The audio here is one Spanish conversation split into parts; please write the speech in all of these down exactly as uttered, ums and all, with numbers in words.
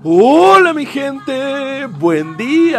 Hola mi gente, buen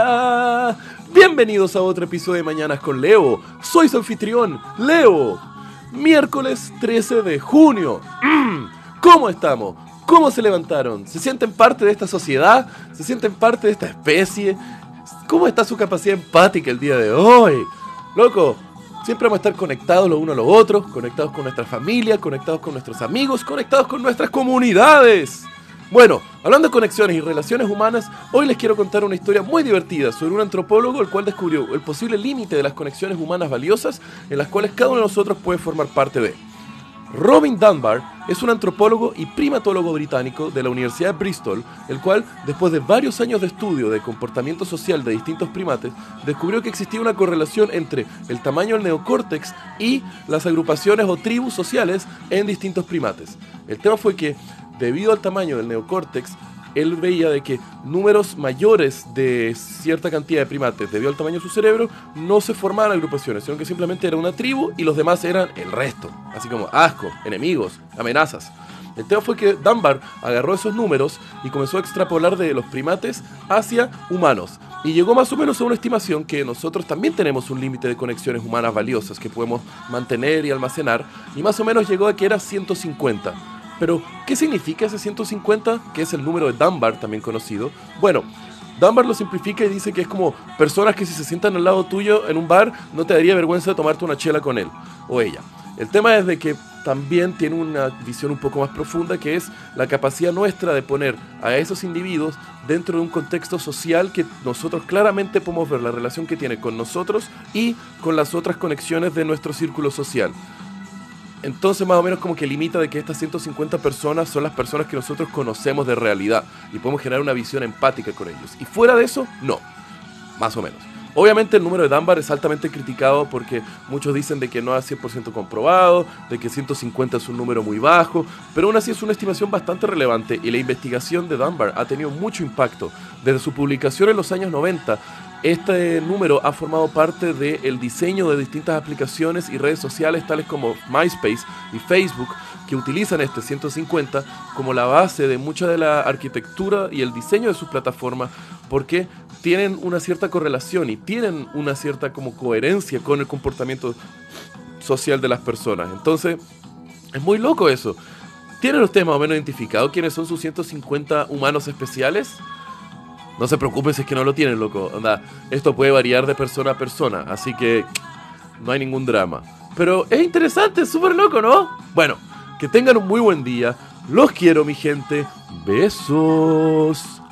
día. Bienvenidos a otro episodio de Mañanas con Leo. Soy su anfitrión, Leo. Miércoles trece de junio. Mm, ¿Cómo estamos? ¿Cómo se levantaron? ¿Se sienten parte de esta sociedad? ¿Se sienten parte de esta especie? ¿Cómo está su capacidad empática el día de hoy? Loco, siempre vamos a estar conectados los unos a los otros, conectados con nuestra familia, conectados con nuestros amigos, conectados con nuestras comunidades. Bueno, hablando de conexiones y relaciones humanas, hoy les quiero contar una historia muy divertida sobre un antropólogo el cual descubrió el posible límite de las conexiones humanas valiosas en las cuales cada uno de nosotros puede formar parte de. Robin Dunbar es un antropólogo y primatólogo británico de la Universidad de Bristol, el cual, después de varios años de estudio de comportamiento social de distintos primates, descubrió que existía una correlación entre el tamaño del neocórtex y las agrupaciones o tribus sociales en distintos primates. El tema fue que, debido al tamaño del neocórtex, él veía de que números mayores de cierta cantidad de primates, debido al tamaño de su cerebro, no se formaban agrupaciones, sino que simplemente era una tribu y los demás eran el resto. Así como asco, enemigos, amenazas. El tema fue que Dunbar agarró esos números y comenzó a extrapolar de los primates hacia humanos. Y llegó más o menos a una estimación que nosotros también tenemos un límite de conexiones humanas valiosas que podemos mantener y almacenar. Y más o menos llegó a que era ciento cincuenta. Pero, ¿qué significa ese ciento cincuenta? Que es el número de Dunbar, también conocido. Bueno, Dunbar lo simplifica y dice que es como personas que si se sientan al lado tuyo en un bar, no te daría vergüenza de tomarte una chela con él o ella. El tema es de que también tiene una visión un poco más profunda, que es la capacidad nuestra de poner a esos individuos dentro de un contexto social que nosotros claramente podemos ver la relación que tiene con nosotros y con las otras conexiones de nuestro círculo social. Entonces más o menos como que limita de que estas ciento cincuenta personas son las personas que nosotros conocemos de realidad y podemos generar una visión empática con ellos. Y fuera de eso, no, más o menos. Obviamente el número de Dunbar es altamente criticado porque muchos dicen de que no es cien por ciento comprobado, de que ciento cincuenta es un número muy bajo, pero aún así es una estimación bastante relevante y la investigación de Dunbar ha tenido mucho impacto. Desde su publicación en los años noventa, este número ha formado parte del diseño de distintas aplicaciones y redes sociales tales como MySpace y Facebook, que utilizan este ciento cincuenta como la base de mucha de la arquitectura y el diseño de sus plataformas, porque tienen una cierta correlación y tienen una cierta como coherencia con el comportamiento social de las personas. Entonces, es muy loco eso. ¿Tienen ustedes más o menos identificado quiénes son sus ciento cincuenta humanos especiales? No se preocupen si es que no lo tienen, loco. Onda, esto puede variar de persona a persona, así que no hay ningún drama. Pero es interesante, es súper loco, ¿no? Bueno, que tengan un muy buen día. Los quiero, mi gente. Besos.